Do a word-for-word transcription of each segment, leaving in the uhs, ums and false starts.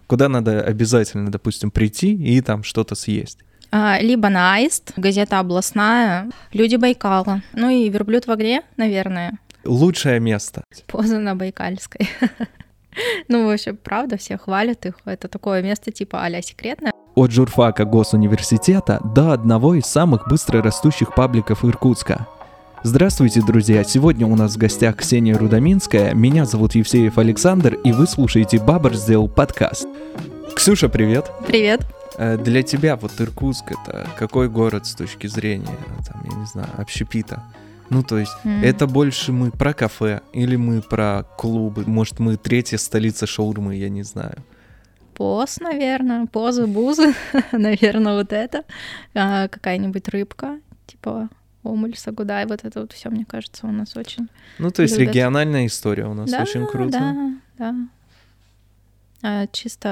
Куда надо обязательно, допустим, прийти и там что-то съесть? Либо на Аист, газета областная, Люди Байкала. Ну и Верблюд в Огре, наверное. Лучшее место? Поза на Байкальской. Ну, вообще, правда, все хвалят их. Это такое место типа а-ля секретное. От журфака Госуниверситета до одного из самых быстро растущих пабликов Иркутска. Здравствуйте, друзья! Сегодня у нас в гостях Ксения Рудоминская, меня зовут Евсеев Александр, и вы слушаете «Бабр сделал подкаст». Ксюша, привет! Привет! Для тебя вот Иркутск — это какой город с точки зрения, там, я не знаю, общепита? Ну, то есть, mm. это больше мы про кафе, или мы про клубы, может, мы третья столица шаурмы, я не знаю. Пост, наверное, позы, бузы, наверное, вот это. А, какая-нибудь рыбка, типа омуль, сагудай, вот это вот все, мне кажется, у нас очень Ну, то есть любят. Региональная история у нас да, очень круто. Да, да. А, чисто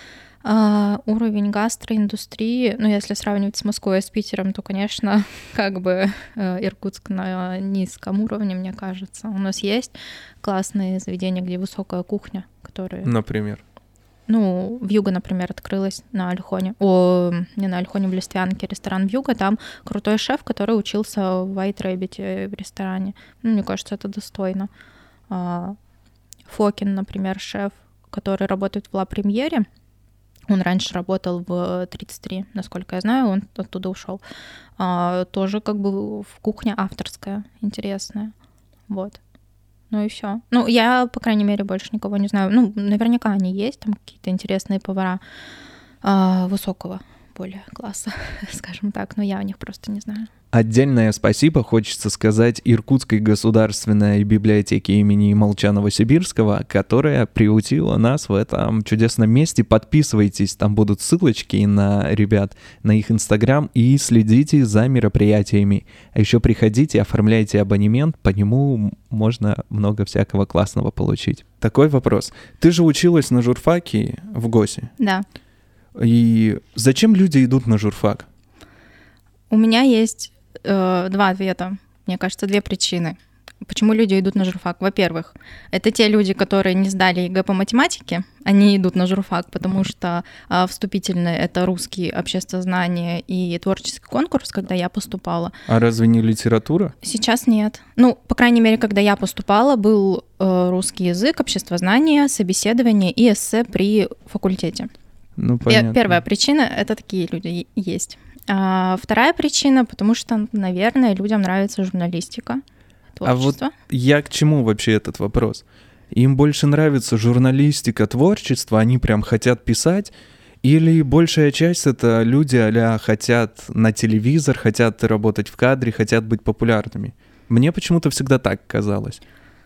а, уровень гастроиндустрии, ну, если сравнивать с Москвой и с Питером, то, конечно, как бы Иркутск на низком уровне, мне кажется. У нас есть классные заведения, где высокая кухня, которые... Например? Ну, Вьюга, например, открылась на Ольхоне. О, не на Ольхоне, в Листвянке, ресторан Вьюга. Там крутой шеф, который учился в White Rabbit в ресторане. Ну, мне кажется, это достойно. Фокин, например, шеф, который работает в Ла Премьере. Он раньше работал в тридцать три, насколько я знаю, он оттуда ушел. Тоже как бы кухня авторская, интересная. Вот. Ну и все. Ну, я, по крайней мере, больше никого не знаю. Ну, наверняка они есть, там какие-то интересные повара э, высокого более класса, скажем так, но я о них просто не знаю. Отдельное спасибо хочется сказать Иркутской государственной библиотеке имени Молчанова-Сибирского, которая приютила нас в этом чудесном месте. Подписывайтесь, там будут ссылочки на ребят, на их инстаграм, и следите за мероприятиями. А еще приходите, оформляйте абонемент, по нему можно много всякого классного получить. Такой вопрос. Ты же училась на журфаке в ГОСе? Да. И зачем люди идут на журфак? У меня есть э, два ответа, мне кажется, две причины. Почему люди идут на журфак? Во-первых, это те люди, которые не сдали ЕГЭ по математике, они идут на журфак, потому что э, вступительные — это русский, обществознание и творческий конкурс, когда я поступала. А разве не литература? Сейчас нет. Ну, по крайней мере, когда я поступала, был э, русский язык, обществознание, собеседование и эссе при факультете. Ну, понятно. Первая причина — это такие люди есть. А вторая причина, потому что, наверное, людям нравится журналистика, творчество. А вот я к чему вообще этот вопрос? Им больше нравится журналистика, творчество, они прям хотят писать, или большая часть — это люди а-ля хотят на телевизор, хотят работать в кадре, хотят быть популярными? Мне почему-то всегда так казалось.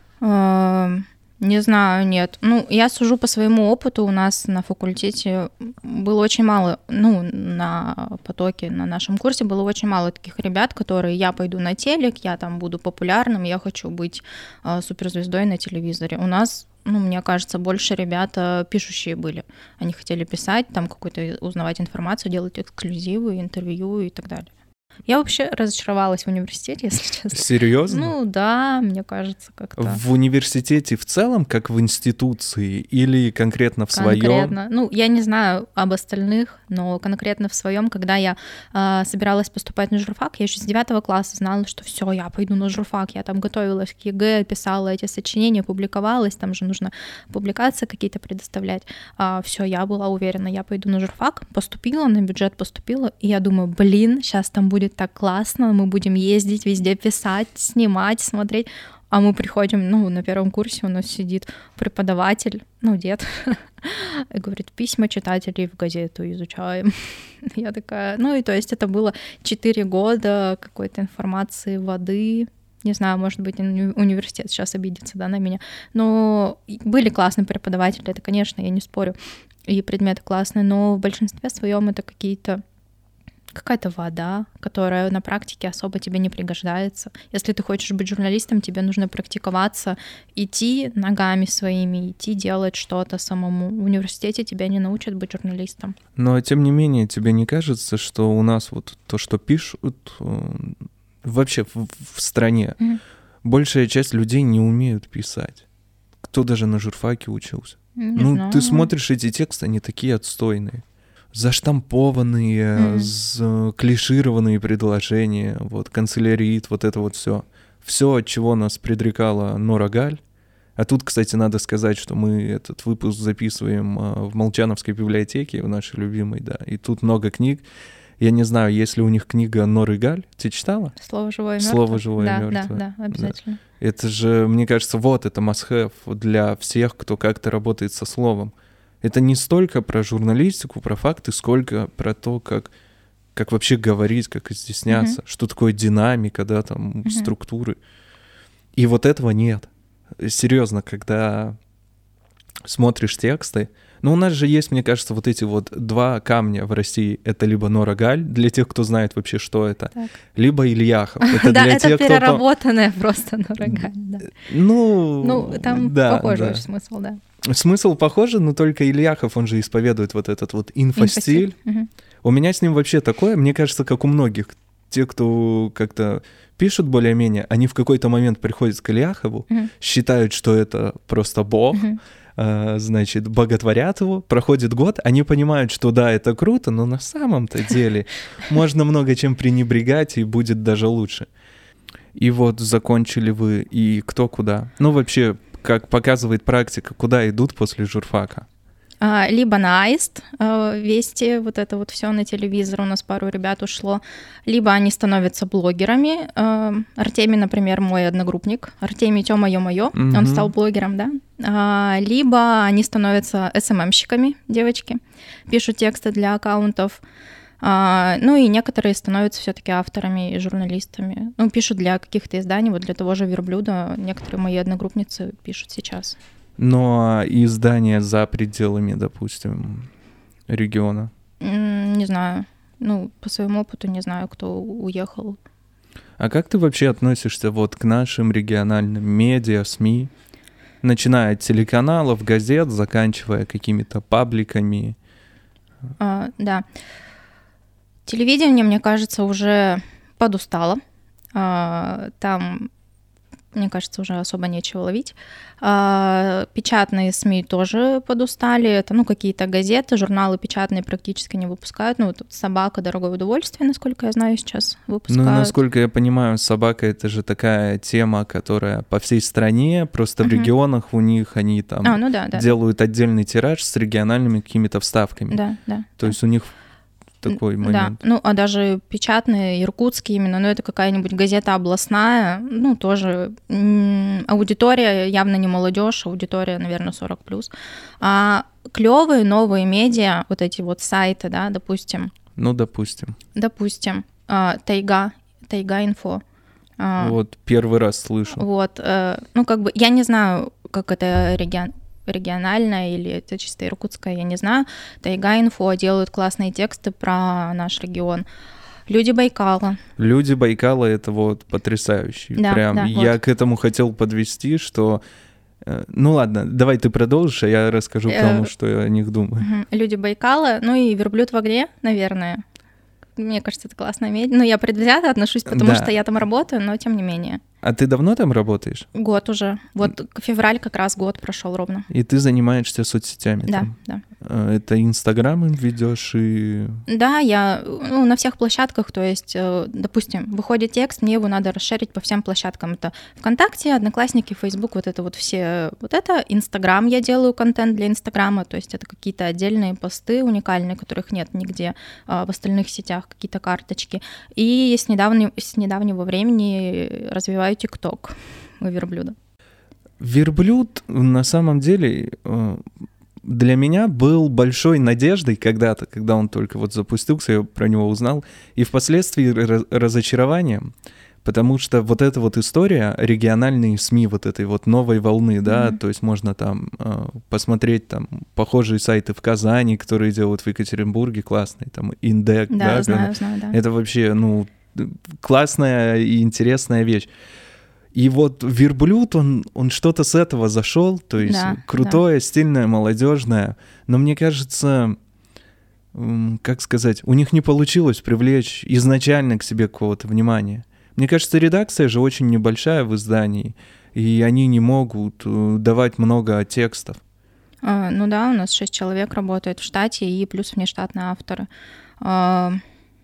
Не знаю, нет. Ну, я сужу по своему опыту. У нас на факультете было очень мало, ну, на потоке, на нашем курсе было очень мало таких ребят, которые: я пойду на телек, я там буду популярным, я хочу быть э, суперзвездой на телевизоре. У нас, ну, мне кажется, больше ребята пишущие были. Они хотели писать, там какую-то узнавать информацию, делать эксклюзивы, интервью и так далее. Я вообще разочаровалась в университете, если честно. Серьезно? Ну да, мне кажется, как-то. В университете в целом, как в институции, или конкретно в своем? Конкретно. Ну, я не знаю об остальных, но конкретно в своем, когда я э, собиралась поступать на журфак, я еще с девятого класса знала, что все, я пойду на журфак. Я там готовилась к ЕГЭ, писала эти сочинения, публиковалась, там же нужно публикации какие-то предоставлять. А, все, я была уверена, я пойду на журфак, поступила, на бюджет поступила, и я думаю, блин, сейчас там будет так классно, мы будем ездить везде, писать, снимать, смотреть. А мы приходим, ну, на первом курсе у нас сидит преподаватель, ну, дед, и говорит: письма читателей в газету изучаем. Я такая, ну, и то есть это было четыре года какой-то информации, воды. Не знаю, может быть, уни- университет сейчас обидится, да, на меня. Но были классные преподаватели, это, конечно, я не спорю, и предметы классные, но в большинстве своем это какие-то какая-то вода, которая на практике особо тебе не пригождается. Если ты хочешь быть журналистом, тебе нужно практиковаться, идти ногами своими, идти делать что-то самому. В университете тебя не научат быть журналистом. Но, тем не менее, тебе не кажется, что у нас вот то, что пишут, вообще в, в стране, mm-hmm. большая часть людей не умеют писать? Кто даже на журфаке учился? Не ну, знаю. ты смотришь эти тексты, они такие отстойные. Заштампованные, Mm. клишированные предложения, вот, канцелярит, вот это вот все. Все, от чего нас предрекала Нора Галь. А тут, кстати, надо сказать, что мы этот выпуск записываем в Молчановской библиотеке, в нашей любимой, да. И тут много книг. Я не знаю, есть ли у них книга Норы Галь. Ты читала? Слово живое и мертвое. Слово живое да, и мертвое. Да, да, обязательно. Да. Это же, мне кажется, вот это must-have для всех, кто как-то работает со словом. Это не столько про журналистику, про факты, сколько про то, как, как вообще говорить, как изъясняться, mm-hmm. что такое динамика, да, там, mm-hmm. структуры. И вот этого нет. Серьезно, когда смотришь тексты, ну, у нас же есть, мне кажется, вот эти вот два камня в России. Это либо Нора Галь, для тех, кто знает вообще, что это, так. либо Ильяхов. Это да, для это тех, переработанная кто... просто Нора Галь, да. Ну, ну там да, похожий да. смысл, да. Смысл похожий, но только Ильяхов, он же исповедует вот этот вот инфостиль. Угу. У меня с ним вообще такое, мне кажется, как у многих. Те, кто как-то пишут более-менее, они в какой-то момент приходят к Ильяхову, угу. считают, что это просто бог, угу. э, значит, боготворят его, проходит год, они понимают, что да, это круто, но на самом-то деле можно много чем пренебрегать, и будет даже лучше. И вот закончили вы, и кто куда? Ну, вообще, как показывает практика, куда идут после журфака? Либо на Аист, Вести, вот это вот все на телевизор, у нас пару ребят ушло, либо они становятся блогерами. Артемий, например, мой одногруппник, Артемий Тёма ё-моё, mm-hmm. он стал блогером, да. Либо они становятся эс эм эм-щиками, девочки, пишут тексты для аккаунтов. Ну и некоторые становятся все-таки авторами и журналистами. Ну, пишут для каких-то изданий, вот для того же «Верблюда» некоторые мои одногруппницы пишут сейчас. Но издания за пределами, допустим, региона? Не знаю. Ну, по своему опыту не знаю, кто уехал. А как ты вообще относишься вот к нашим региональным медиа, СМИ, начиная от телеканалов, газет, заканчивая какими-то пабликами? А, да. Телевидение, мне кажется, уже подустало. А, там... Мне кажется, уже особо нечего ловить. Печатные СМИ тоже подустали. Это, ну, какие-то газеты, журналы печатные практически не выпускают. Ну, вот «Собака. Дорогое удовольствие», насколько я знаю, сейчас выпускают. Ну, насколько я понимаю, «Собака» — это же такая тема, которая по всей стране, просто uh-huh. в регионах у них они там а, ну да, да. делают отдельный тираж с региональными какими-то вставками. Да, да. То да. есть у них такой момент. Да, ну, а даже печатные, иркутские именно, ну, это какая-нибудь газета областная, ну, тоже м- аудитория явно не молодежь, аудитория, наверное, сорок плюс. А клевые новые медиа, вот эти вот сайты, да, допустим. Ну, допустим. Допустим. А, Тайга, Тайга-инфо. А, вот, первый раз слышу. Вот, а, ну, как бы, я не знаю, как это регион... региональная или это чисто иркутская, я не знаю. Тайга-инфо делают классные тексты про наш регион. Люди Байкала. Люди Байкала — это вот потрясающие. Да, Прям да, я вот. к этому хотел подвести, что... Ну ладно, давай ты продолжишь, а я расскажу тому, что я о них думаю. Люди Байкала, ну и «Верблюд в огне», наверное. Мне кажется, это классная медиа. Ну, я предвзято отношусь, потому да. что я там работаю, но тем не менее. А ты давно там работаешь? Год уже. Вот февраль как раз год прошел ровно. И ты занимаешься соцсетями да, там? Да, это Инстаграм им ведешь и... Да, я ну, на всех площадках, то есть, допустим, выходит текст, мне его надо расширить по всем площадкам. Это ВКонтакте, Одноклассники, Фейсбук, вот это вот все, вот это. Инстаграм, я делаю контент для Инстаграма, то есть это какие-то отдельные посты уникальные, которых нет нигде в остальных сетях, какие-то карточки. И с недавнего, с недавнего времени развиваю ТикТок у Верблюда. Верблюд на самом деле для меня был большой надеждой когда-то, когда он только вот запустился, я про него узнал, и впоследствии разочарованием, потому что вот эта вот история, региональные СМИ вот этой вот новой волны, mm-hmm. да, то есть можно там э, посмотреть там похожие сайты в Казани, которые делают в Екатеринбурге, классные, там Индек, да, да, знаю, знаю, да. Это вообще, ну, классная и интересная вещь. И вот Верблюд, он, он что-то с этого зашел, то есть да, крутое, да. стильное, молодежное, но мне кажется, как сказать, у них не получилось привлечь изначально к себе какого-то внимания. Мне кажется, редакция же очень небольшая в издании, и они не могут давать много текстов. А, ну да, у нас шесть человек работает в штате и плюс внештатные авторы. А,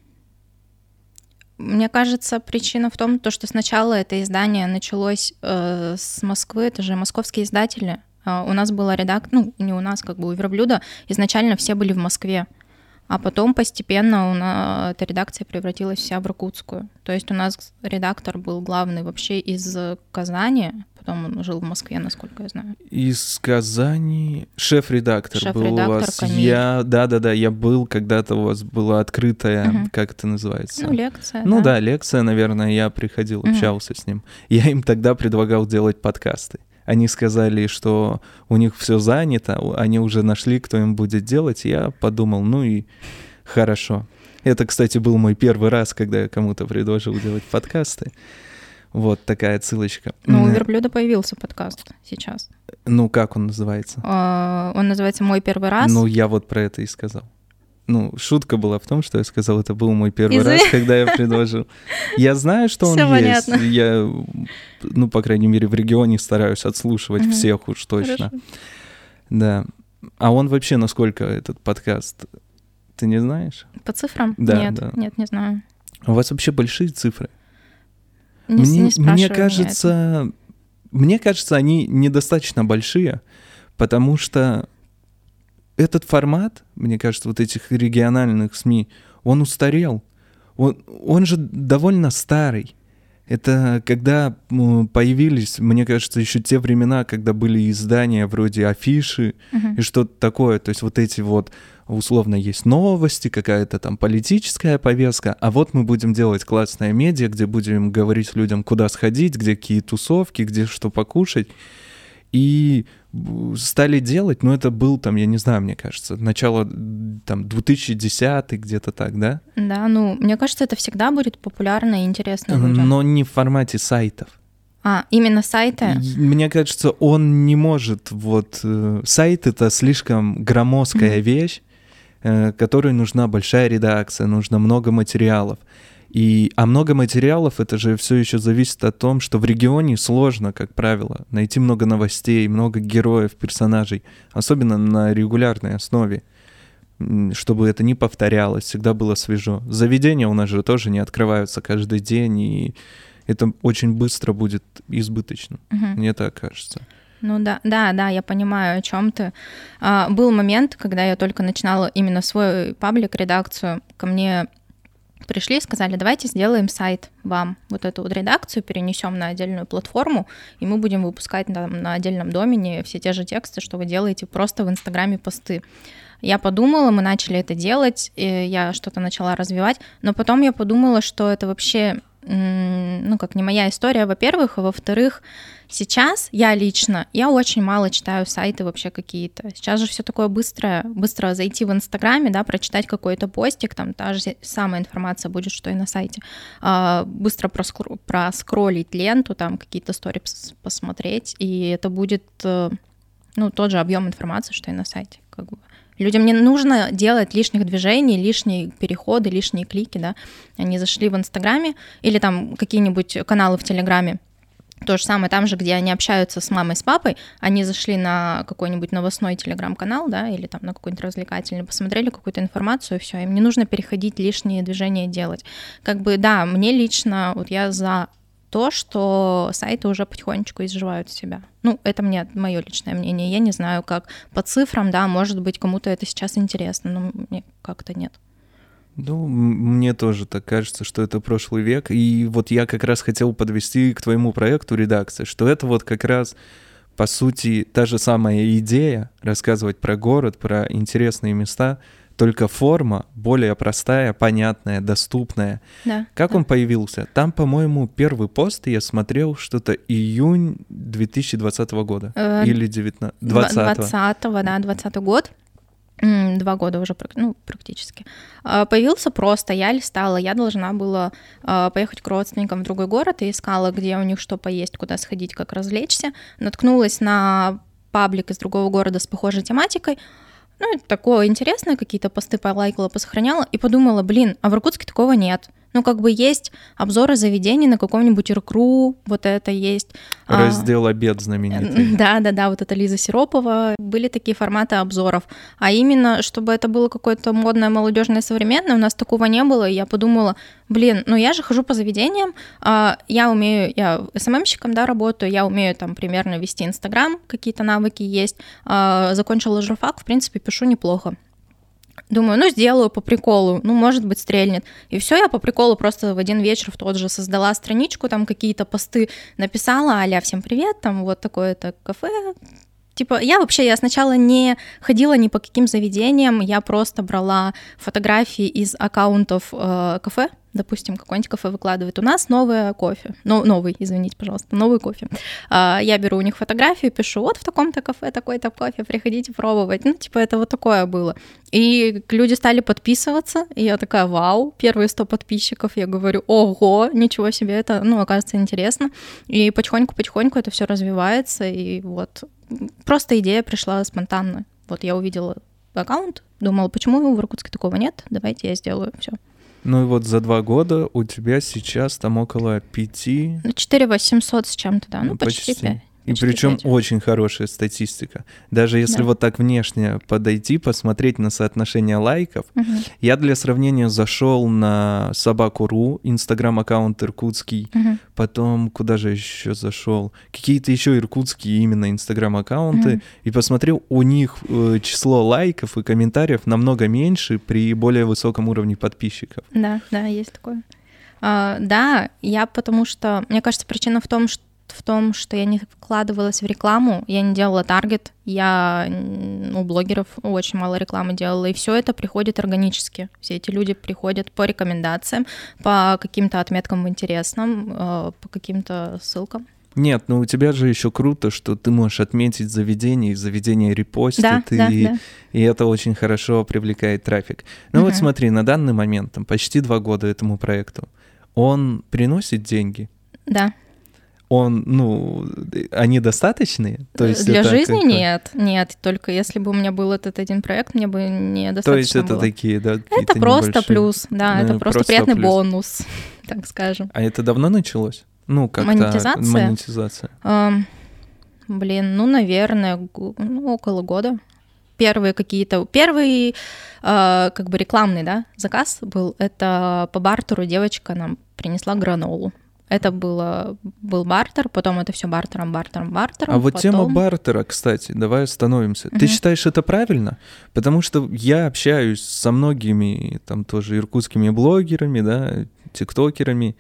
мне кажется, причина в том, то, что сначала это издание началось э, с Москвы, это же московские издатели. А у нас была редакция, ну не у нас, как бы у Верблюда, изначально все были в Москве. А потом постепенно у нас эта редакция превратилась вся в иркутскую. То есть у нас редактор был главный вообще из Казани, потом он жил в Москве, насколько я знаю. Из Казани шеф-редактор, шеф-редактор был у вас. Камиль. Я, да-да-да, я был, когда-то у вас была открытая, угу. как это называется? Ну, лекция, Ну да. да, лекция, наверное, я приходил, общался угу. с ним. Я им тогда предлагал делать подкасты. Они сказали, что у них все занято, они уже нашли, кто им будет делать. Я подумал, ну и хорошо. Это, кстати, был мой первый раз, когда я кому-то предложил делать подкасты. Вот такая отсылочка. Ну, у Верблюда появился подкаст сейчас. Ну, как он называется? Он называется «Мой первый раз». Ну, я вот про это и сказал. Ну, шутка была в том, что я сказал, это был мой первый Извини. раз, когда я предложил. Я знаю, что он Всё есть. понятно. Я, ну, по крайней мере, в регионе стараюсь отслушивать угу. всех уж точно. Хорошо. Да. А он вообще насколько, этот подкаст, ты не знаешь? По цифрам? Да, нет, да. нет, не знаю. У вас вообще большие цифры? Не, мне, не спрашивай мне кажется, меня мне кажется, они недостаточно большие, потому что этот формат, мне кажется, вот этих региональных СМИ, он устарел. Он, он же довольно старый. Это когда появились, мне кажется, еще те времена, когда были издания вроде Афиши uh-huh. и что-то такое. То есть вот эти вот, условно, есть новости, какая-то там политическая повестка, а вот мы будем делать классное медиа, где будем говорить людям, куда сходить, где какие тусовки, где что покушать. И стали делать, ну, это был там, я не знаю, мне кажется, начало там две тысячи десятый, где-то так, да? Да, ну, мне кажется, это всегда будет популярно и интересно людям. Но не в формате сайтов. А, именно сайты? Мне кажется, он не может, вот, э, сайт — это слишком громоздкая mm-hmm. вещь, э, которой нужна большая редакция, нужно много материалов. И, а много материалов, это же все еще зависит от том, что в регионе сложно, как правило, найти много новостей, много героев, персонажей, особенно на регулярной основе, чтобы это не повторялось, всегда было свежо. Заведения у нас же тоже не открываются каждый день, и это очень быстро будет избыточно, угу. мне так кажется. Ну да, да, да, я понимаю, о чем ты. А, был момент, когда я только начинала именно свой паблик, редакцию, ко мне пришли и сказали, давайте сделаем сайт вам, вот эту вот редакцию перенесем на отдельную платформу, и мы будем выпускать на, на отдельном домене все те же тексты, что вы делаете просто в Инстаграме посты. Я подумала, мы начали это делать, и я что-то начала развивать, но потом я подумала, что это вообще, ну, как не моя история, во-первых, а во-вторых, сейчас я лично, я очень мало читаю сайты вообще какие-то. Сейчас же все такое быстрое, быстро зайти в Инстаграме, да, прочитать какой-то постик, там та же самая информация будет, что и на сайте, а, быстро проскро- проскроллить ленту, там какие-то сторис посмотреть, и это будет, ну, тот же объем информации, что и на сайте, как бы. Людям не нужно делать лишних движений, лишние переходы, лишние клики, да. Они зашли в Инстаграме или там какие-нибудь каналы в Телеграме. То же самое там же, где они общаются с мамой, с папой, они зашли на какой-нибудь новостной телеграм-канал, да, или там на какой-нибудь развлекательный, посмотрели какую-то информацию, и все, им не нужно переходить, лишние движения делать. Как бы, да, мне лично, вот я за то, что сайты уже потихонечку изживают себя. Ну, это мне, мое личное мнение. Я не знаю, как по цифрам, да, может быть, кому-то это сейчас интересно, но мне как-то нет. Ну, мне тоже так кажется, что это прошлый век. И вот я как раз хотел подвести к твоему проекту редакции, что это вот как раз, по сути, та же самая идея рассказывать про город, про интересные места, только форма более простая, понятная, доступная. Да, как да. он появился? Там, по-моему, первый пост я смотрел что-то июнь две тысячи двадцатого года. Э, Или девятнадцатого. двадцатого. двадцатого, да, двадцатый год. Два года уже, ну, практически. Появился просто, я листала, я должна была поехать к родственникам в другой город и искала, где у них что поесть, куда сходить, как развлечься. Наткнулась на паблик из другого города с похожей тематикой. Ну, такое интересное, какие-то посты полайкала, посохраняла и подумала, блин, а в Иркутске такого нет. Ну, как бы есть обзоры заведений на каком-нибудь ИРКРУ, вот это есть. Раздел «Обед» знаменитый. Да-да-да, вот это Лиза Сиропова. Были такие форматы обзоров. А именно, чтобы это было какое-то модное, молодежное, современное, у нас такого не было. И я подумала, блин, ну я же хожу по заведениям, я умею, я эс эм эм-щиком, да, работаю, я умею там примерно вести Инстаграм, какие-то навыки есть. Закончила журфак, в принципе, пишу неплохо. Думаю, ну, сделаю по приколу, ну, может быть, стрельнет. И все, я по приколу просто в один вечер в тот же создала страничку, там какие-то посты написала, а-ля «Всем привет», там вот такое-то кафе. Типа, я вообще, я сначала не ходила ни по каким заведениям, я просто брала фотографии из аккаунтов э, кафе, допустим, какое-нибудь кафе выкладывает, у нас новое кофе, ну, новый, извините, пожалуйста, новый кофе. А, я беру у них фотографию, пишу, вот в таком-то кафе такой-то кофе, приходите пробовать. Ну, типа, это вот такое было. И люди стали подписываться, и я такая, вау, первые сто подписчиков, я говорю, ого, ничего себе, это, ну, оказывается, интересно. И потихоньку-потихоньку это все развивается, и вот просто идея пришла спонтанно. Вот я увидела аккаунт, думала, почему в Иркутске такого нет, давайте я сделаю, все. Ну и вот за два года у тебя сейчас там около пяти... четыре восемьсот с чем-то, да, ну, ну почти пять. И причем очень хорошая статистика. Даже если да. вот так внешне подойти, посмотреть на соотношение лайков. Угу. Я для сравнения зашел на собаку.ру, инстаграм-аккаунт иркутский, угу. потом куда же еще зашел? Какие-то еще иркутские именно инстаграм-аккаунты, угу. и посмотрел, у них э, число лайков и комментариев намного меньше при более высоком уровне подписчиков. Да, да, есть такое. А, да, я потому что, мне кажется, причина в том, что в том, что я не вкладывалась в рекламу, я не делала таргет, я у блогеров очень мало рекламы делала, и все это приходит органически. Все эти люди приходят по рекомендациям, по каким-то отметкам в интересном, по каким-то ссылкам. Нет, ну у тебя же еще круто, что ты можешь отметить заведение, и заведение репостит, да, и, да, да. и это очень хорошо привлекает трафик. Ну угу. вот смотри, на данный момент, там, почти два года этому проекту, он приносит деньги? Да. Он, ну, они достаточные? То есть для это жизни как... нет, нет, только если бы у меня был этот один проект, мне бы не достаточно То есть это было. Такие, да, это просто небольшие... плюс, да, ну, это просто, просто приятный плюс. Бонус, так скажем. А это давно началось? Ну, как-то монетизация? Монетизация. Эм, блин, ну, наверное, ну, около года. Первые какие-то, первый, э, как бы рекламный, да, заказ был, это по бартеру девочка нам принесла гранолу. Это было, был бартер, потом это все бартером, бартером, бартером. А вот потом... тема бартера, кстати, давай остановимся. Uh-huh. Ты считаешь это правильно? Потому что я общаюсь со многими там тоже иркутскими блогерами, да, тиктокерами,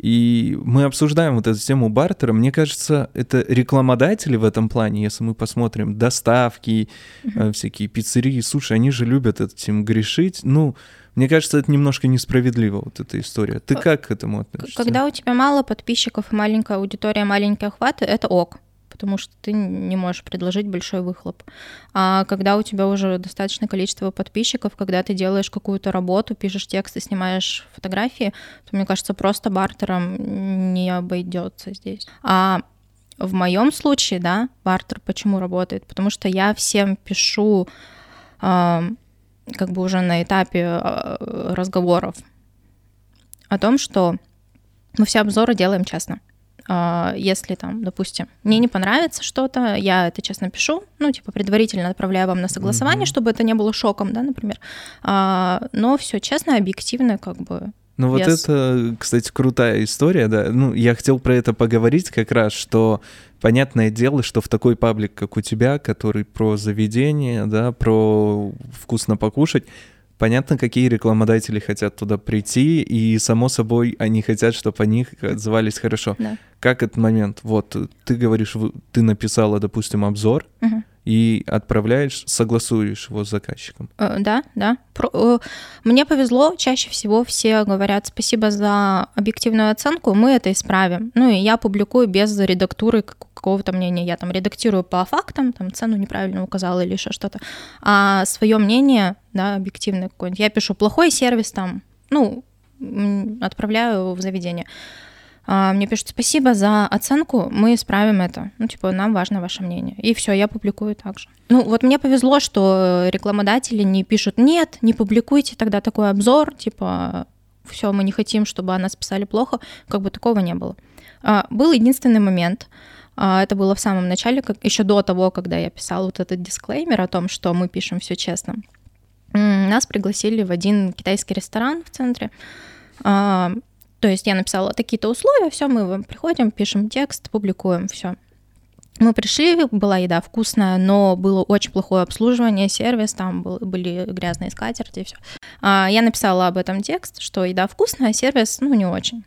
и мы обсуждаем вот эту тему бартера. Мне кажется, это рекламодатели в этом плане, если мы посмотрим доставки, uh-huh. всякие пиццерии, суши, они же любят этим грешить. Ну, мне кажется, это немножко несправедливо, вот эта история. Ты как к этому относишься? Когда у тебя мало подписчиков и маленькая аудитория, маленькие охваты, это ок, потому что ты не можешь предложить большой выхлоп. А когда у тебя уже достаточное количество подписчиков, когда ты делаешь какую-то работу, пишешь тексты, снимаешь фотографии, то, мне кажется, просто бартером не обойдется здесь. А в моем случае, да, бартер почему работает? Потому что я всем пишу... как бы уже на этапе разговоров о том, что мы все обзоры делаем честно. Если там, допустим, мне не понравится что-то, я это честно пишу, ну, типа предварительно отправляю вам на согласование, mm-hmm. чтобы это не было шоком, да, например. Но все честно, объективно, как бы. Ну вот yes. это, кстати, крутая история, да. Ну, я хотел про это поговорить как раз, что понятное дело, что в такой паблик, как у тебя, который про заведение, да, про вкусно покушать, понятно, какие рекламодатели хотят туда прийти, и, само собой, они хотят, чтобы о них отзывались хорошо. Да. Как этот момент? Вот, ты говоришь, ты написала, допустим, обзор, угу. и отправляешь, согласуешь его с заказчиком. Да, да. Мне повезло, чаще всего все говорят спасибо за объективную оценку, мы это исправим. Ну и я публикую без редактуры какого-то мнения. Я там редактирую по фактам, там цену неправильно указала или еще что-то. А свое мнение, да, объективное какое-нибудь, я пишу плохой сервис там, ну, отправляю в заведение. Мне пишут спасибо за оценку, мы исправим это. Ну, типа, нам важно ваше мнение. И все, я публикую также. Ну, вот мне повезло, что рекламодатели не пишут, нет, не публикуйте тогда такой обзор, типа, все, мы не хотим, чтобы о нас писали плохо, как бы такого не было. Был единственный момент, это было в самом начале, как, еще до того, когда я писала вот этот дисклеймер о том, что мы пишем все честно. Нас пригласили в один китайский ресторан в центре. То есть я написала такие-то условия, все, мы приходим, пишем текст, публикуем, все. Мы пришли, была еда вкусная, но было очень плохое обслуживание, сервис, там был, были грязные скатерти и все. Я написала об этом текст, что еда вкусная, а сервис, ну, не очень.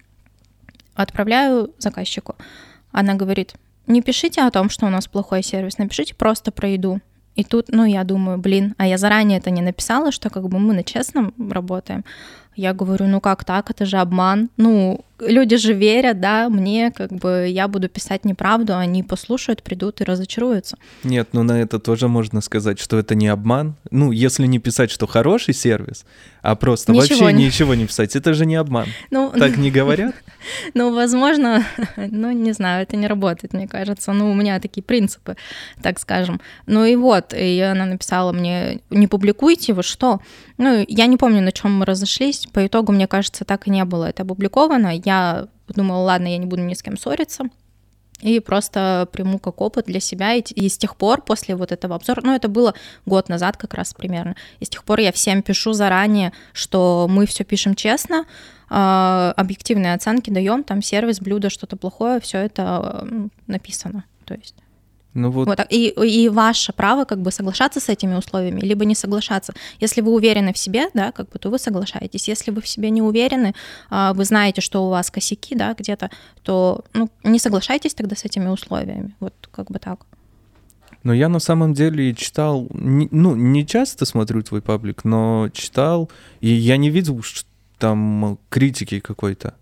Отправляю заказчику. Она говорит: не пишите о том, что у нас плохой сервис, напишите просто про еду. И тут, ну, я думаю, блин, а я заранее это не написала, что как бы мы на честном работаем. Я говорю, ну как так, это же обман. Ну, люди же верят, да, мне, как бы я буду писать неправду, они послушают, придут и разочаруются. Нет, ну на это тоже можно сказать, что это не обман. Ну, если не писать, что хороший сервис, а просто ничего вообще не... ничего не писать, это же не обман. Ну, так не говорят? Ну, возможно, ну, не знаю, это не работает, мне кажется. Ну, у меня такие принципы, так скажем. Ну и вот, и она написала мне, не публикуйте, вы что? Ну, я не помню, на чем мы разошлись. По итогу, мне кажется, так и не было это опубликовано. Я подумала, ладно, я не буду ни с кем ссориться. И просто приму как опыт для себя. И с тех пор, после вот этого обзора, ну, это было год назад как раз примерно, и с тех пор я всем пишу заранее, что мы все пишем честно, объективные оценки даем, там сервис, блюдо, что-то плохое, все это написано. То есть... Ну вот. Вот, и, и ваше право как бы соглашаться с этими условиями, либо не соглашаться. Если вы уверены в себе, да, как бы, то вы соглашаетесь. Если вы в себе не уверены, вы знаете, что у вас косяки, да, где-то, то, ну, не соглашайтесь тогда с этими условиями. Вот как бы так. Но я на самом деле читал, не, ну, не часто смотрю твой паблик, но читал, и я не видел что там критики какой-то.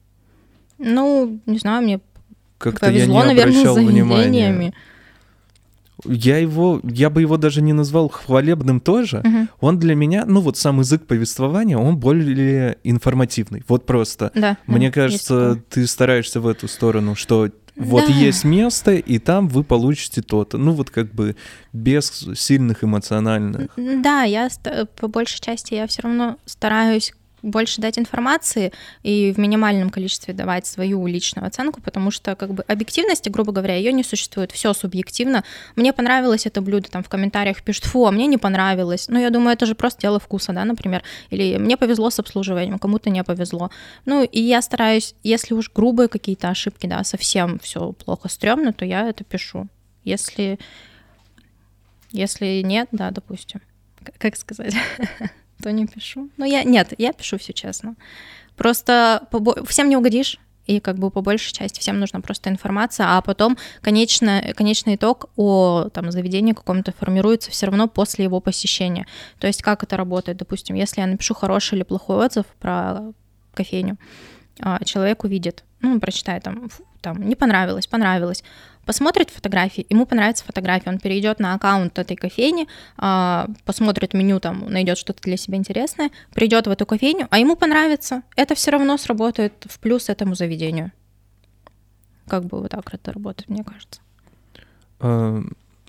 Ну, не знаю, мне как-то повезло, я не наверное, обращал с внимания. Я его, я бы его даже не назвал хвалебным тоже. Uh-huh. Он для меня, ну вот сам язык повествования, он более информативный. Вот просто. Да, Мне да, кажется, ты стараешься в эту сторону, что вот да. есть место, и там вы получите то-то. Ну вот как бы без сильных эмоциональных. Да, я по большей части я все равно стараюсь больше дать информации и в минимальном количестве давать свою личную оценку, потому что как бы объективности, грубо говоря, ее не существует, все субъективно. Мне понравилось это блюдо, там в комментариях пишут, фу, а мне не понравилось. Ну, я думаю, это же просто дело вкуса, да, например. Или мне повезло с обслуживанием, кому-то не повезло. Ну, и я стараюсь, если уж грубые какие-то ошибки, да, совсем все плохо, стрёмно, то я это пишу. Если, если нет, да, допустим, как сказать... то не пишу. Ну, я... Нет, я пишу все честно. Просто побо... всем не угодишь, и как бы по большей части всем нужна просто информация, а потом конечно... конечный итог о там, заведении каком-то формируется все равно после его посещения. То есть как это работает? Допустим, если я напишу хороший или плохой отзыв про кофейню, человек увидит, ну, прочитает там, там не понравилось, понравилось, посмотрит фотографии, ему понравится фотография, он перейдет на аккаунт этой кофейни, посмотрит меню, там найдет что-то для себя интересное, придет в эту кофейню, а ему понравится. Это все равно сработает в плюс этому заведению. Как бы вот так это работает, мне кажется. А,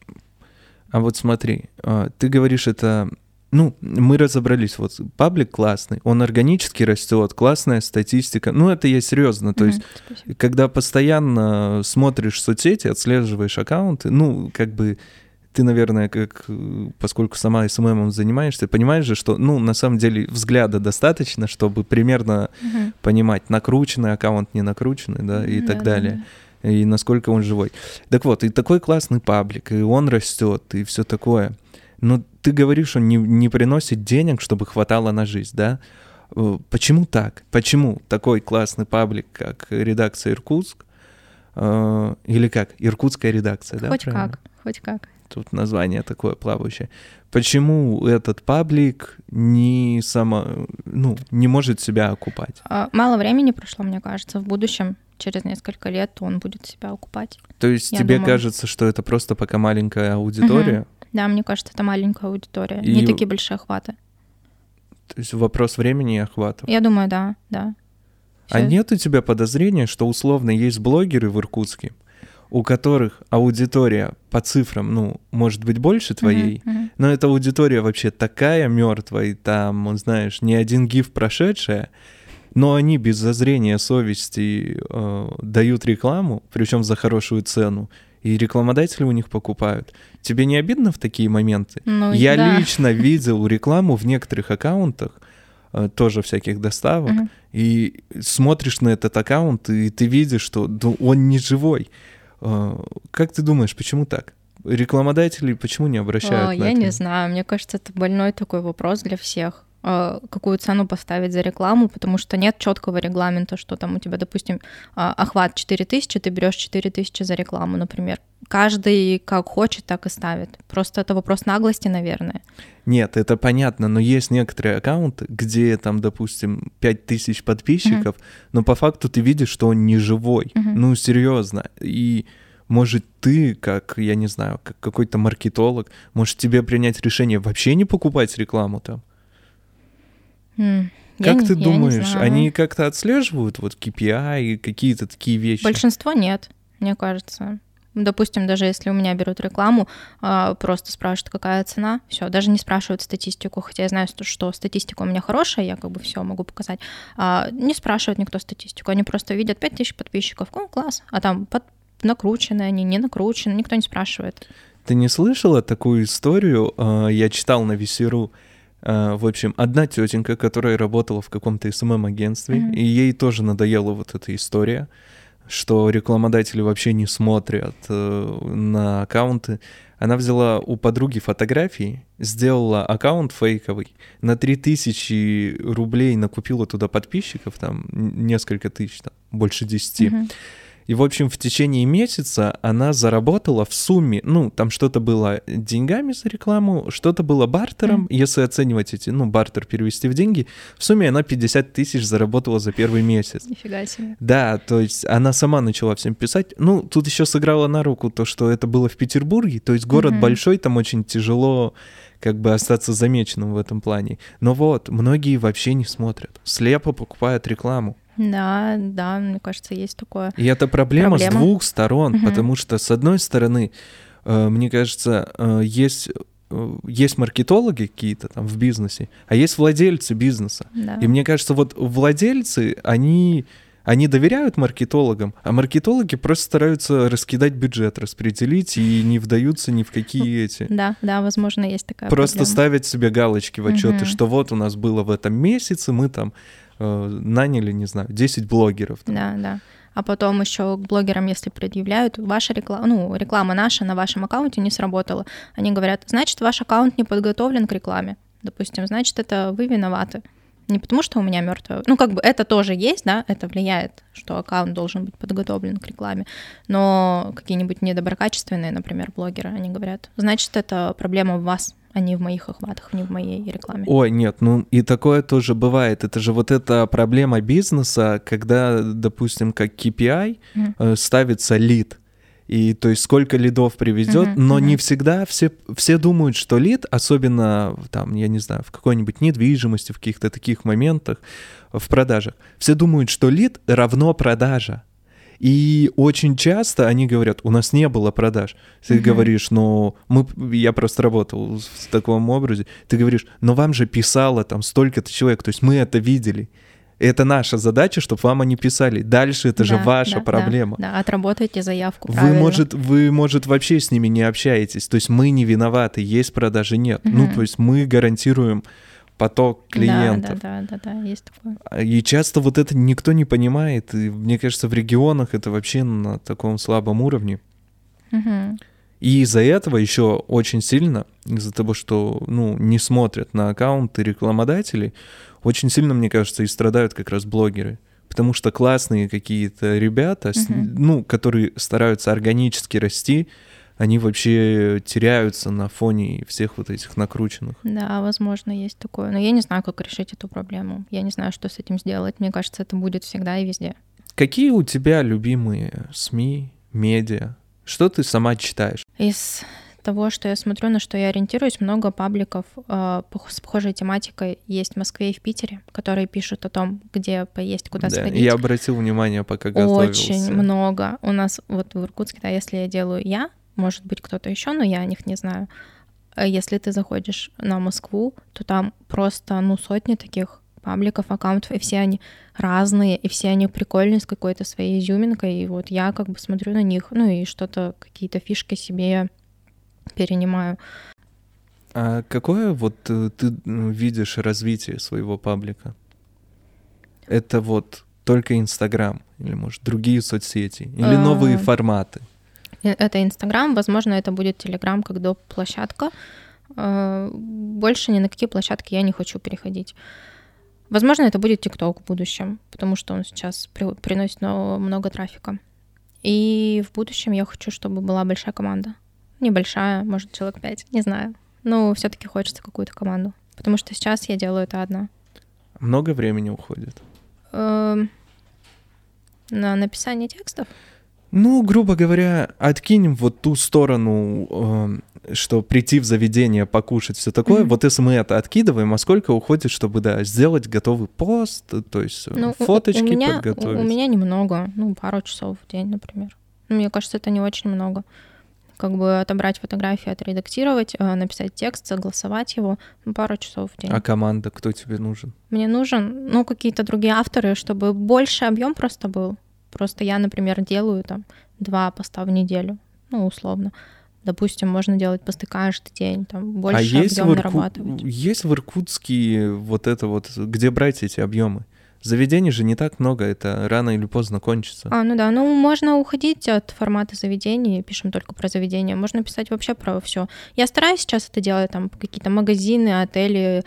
а вот смотри, ты говоришь это... Ну, мы разобрались, вот паблик классный, он органически растет, классная статистика. Ну, это я серьезно. То mm-hmm, есть, спасибо. Когда постоянно смотришь соцсети, отслеживаешь аккаунты, ну, как бы ты, наверное, как, поскольку сама эс эм эм занимаешься, понимаешь же, что, ну, на самом деле взгляда достаточно, чтобы примерно mm-hmm. понимать, накрученный аккаунт, не накрученный, да, и mm-hmm. так далее. И насколько он живой. Так вот, и такой классный паблик, и он растет, и все такое. Но ты говоришь, он не, не приносит денег, чтобы хватало на жизнь, да? Почему так? Почему такой классный паблик, как редакция Иркутск, э, или как? Иркутская редакция, да? Хоть правильно? как, хоть как. Тут название такое плавающее. Почему этот паблик не, само, ну, не может себя окупать? Мало времени прошло, мне кажется. В будущем, через несколько лет, он будет себя окупать. То есть тебе думаю. кажется, что это просто пока маленькая аудитория? Угу. Да, мне кажется, это маленькая аудитория, и... не такие большие охваты. То есть вопрос времени и охватов? Я думаю, да, да. Всё. А нет у тебя подозрения, что условно есть блогеры в Иркутске, у которых аудитория по цифрам, ну, может быть, больше твоей, uh-huh, uh-huh. но эта аудитория вообще такая мёртвая, и там, знаешь, ни один гиф прошедшая, но они без зазрения совести э, дают рекламу, причем за хорошую цену, и рекламодатели у них покупают. Тебе не обидно в такие моменты? Ну, Я да. лично видел рекламу в некоторых аккаунтах, э, тоже всяких доставок, Мгм. и смотришь на этот аккаунт, и ты видишь, что ну, он не живой. Э, как ты думаешь, почему так? Рекламодатели почему не обращают О, на я это? не знаю, мне кажется, это больной такой вопрос для всех. Э, Какую цену поставить за рекламу, потому что нет четкого регламента, что там у тебя, допустим, а, охват четыре тысячи, ты берешь четыре тысячи за рекламу, например. Каждый как хочет, так и ставит. Просто это вопрос наглости, наверное. Нет, это понятно, но есть некоторые аккаунты, где там, допустим, пять тысяч подписчиков, но по факту ты видишь, что он не живой. Мгм. Ну, серьезно. И может ты, как, я не знаю, как какой-то маркетолог, может тебе принять решение вообще не покупать рекламу там? М, я Как не- ты я не думаешь, знаю. они как-то отслеживают вот кей пи ай и какие-то такие вещи? Большинство нет, мне кажется. Допустим, даже если у меня берут рекламу, а, просто спрашивают, какая цена, все, даже не спрашивают статистику, хотя я знаю, что- что статистика у меня хорошая, я как бы все могу показать. А, не спрашивает никто статистику, они просто видят пять тысяч подписчиков, ну, класс, а там под- накручены они, не накручены, никто не спрашивает. Ты не слышала такую историю? А, Я читал на Весеру. А, В общем, одна тетенька, которая работала в каком-то эс эм эм-агентстве, Мгм. и ей тоже надоела вот эта история, что рекламодатели вообще не смотрят э, на аккаунты. Она взяла у подруги фотографии, сделала аккаунт фейковый, на три тысячи рублей накупила туда подписчиков, там н- несколько тысяч, там, больше десяти. Мгм. И, в общем, в течение месяца она заработала в сумме, ну, там что-то было деньгами за рекламу, что-то было бартером, Мгм. если оценивать эти, ну, бартер перевести в деньги, в сумме она пятьдесят тысяч заработала за первый месяц. Нифига себе. Да, то есть она сама начала всем писать. Ну, тут еще сыграло на руку то, что это было в Петербурге, то есть город Мгм. большой, там очень тяжело как бы остаться замеченным в этом плане. Но вот, многие вообще не смотрят, слепо покупают рекламу. Да, да, мне кажется, есть такое. И это проблема, Проблема. с двух сторон, Мгм. потому что, с одной стороны, э, мне кажется, э, есть, э, есть маркетологи какие-то там в бизнесе, а есть владельцы бизнеса. Да. И мне кажется, вот владельцы, они, они доверяют маркетологам, а маркетологи просто стараются раскидать бюджет, распределить и не вдаются ни в какие эти. Да, да, возможно, есть такая Просто проблема. ставят себе галочки в отчеты, Мгм. что вот у нас было в этом месяце, мы там э, наняли, не знаю, десять блогеров. там. Да, да. А потом еще к блогерам, если предъявляют, ваша реклама, ну, реклама наша на вашем аккаунте не сработала. Они говорят, значит, ваш аккаунт не подготовлен к рекламе. Допустим, значит, это вы виноваты. Не потому, что у меня мертвая. Ну, как бы это тоже есть, да, это влияет, что аккаунт должен быть подготовлен к рекламе. Но какие-нибудь недоброкачественные, например, блогеры, они говорят, значит, это проблема в вас, а не в моих охватах, не в моей рекламе. Ой, нет, ну и такое тоже бывает. Это же вот эта проблема бизнеса, когда, допустим, как кей пи ай Мгм. э, ставится лид. И то есть сколько лидов приведет, Мгм, но мгм. не всегда все, все думают, что лид, особенно там, я не знаю, в какой-нибудь недвижимости, в каких-то таких моментах, в продажах, все думают, что лид равно продажа. И очень часто они говорят, у нас не было продаж. Ты Мгм. говоришь, ну, мы, я просто работал в таком образе. Ты говоришь, но вам же писало там столько-то человек, то есть мы это видели. Это наша задача, чтобы вам они писали. Дальше это же Да, ваша да, проблема. Да, да, отработайте заявку Вы, правильно. может, вы, может, вообще с ними не общаетесь. То есть мы не виноваты, есть продажи, нет. Ну, Мгм. то есть мы гарантируем поток клиентов. Да, да, да, да, есть такое. И часто вот это никто не понимает. И мне кажется, в регионах это вообще на таком слабом уровне. Мгм. И из-за этого еще очень сильно, из-за того, что ну, не смотрят на аккаунты рекламодателей, очень сильно, мне кажется, и страдают как раз блогеры. Потому что классные какие-то ребята, с- Мгм. ну, которые стараются органически расти, они вообще теряются на фоне всех вот этих накрученных. Да, возможно, есть такое. Но я не знаю, как решить эту проблему. Я не знаю, что с этим сделать. Мне кажется, это будет всегда и везде. Какие у тебя любимые СМИ, медиа? Что ты сама читаешь? Из того, что я смотрю, на что я ориентируюсь, много пабликов э, пох- с похожей тематикой есть в Москве и в Питере, которые пишут о том, где поесть, куда Да, сходить. я обратил внимание, пока готовился. Очень много. У нас вот в Иркутске, да, если я делаю я, может быть, кто-то еще, но я о них не знаю. А Если ты заходишь на Москву, то там просто, ну, сотни таких пабликов, аккаунтов, и все они разные, и все они прикольные, с какой-то своей изюминкой, и вот я как бы смотрю на них, ну и что-то, какие-то фишки себе перенимаю. А какое вот ты видишь развитие своего паблика? Это вот только Инстаграм или, может, другие соцсети? Или новые форматы? Это Инстаграм, возможно, это будет Телеграм как доп. Площадка. Больше ни на какие площадки я не хочу переходить. Возможно, это будет ТикТок в будущем, потому что он сейчас при, приносит много трафика. И в будущем я хочу, чтобы была большая команда. Небольшая, может, человек пять, не знаю. Но все-таки хочется какую-то команду, потому что сейчас я делаю это одна. Много времени уходит? Эм, на написание текстов? Ну, грубо говоря, откинем вот ту сторону, э, что прийти в заведение, покушать, все такое. Mm-hmm. Вот если мы это откидываем, а сколько уходит, чтобы, да, сделать готовый пост, то есть ну, фоточки у меня, подготовить? У меня немного, ну, пару часов в день, например. Мне кажется, это не очень много. Как бы отобрать фотографии, отредактировать, написать текст, согласовать его, ну, пару часов в день. А команда, кто тебе нужен? Мне нужен, ну, какие-то другие авторы, чтобы больше объем просто был. Просто я, например, делаю там два поста в неделю, ну, условно. Допустим, можно делать посты каждый день, там, больше а есть объем в Ирку... нарабатывать. Есть в Иркутске вот это вот, где брать эти объемы? Заведений же не так много, это рано или поздно кончится. А, ну да, ну можно уходить от формата заведений, пишем только про заведения, можно писать вообще про все. Я стараюсь сейчас это делать, там, какие-то магазины, отели,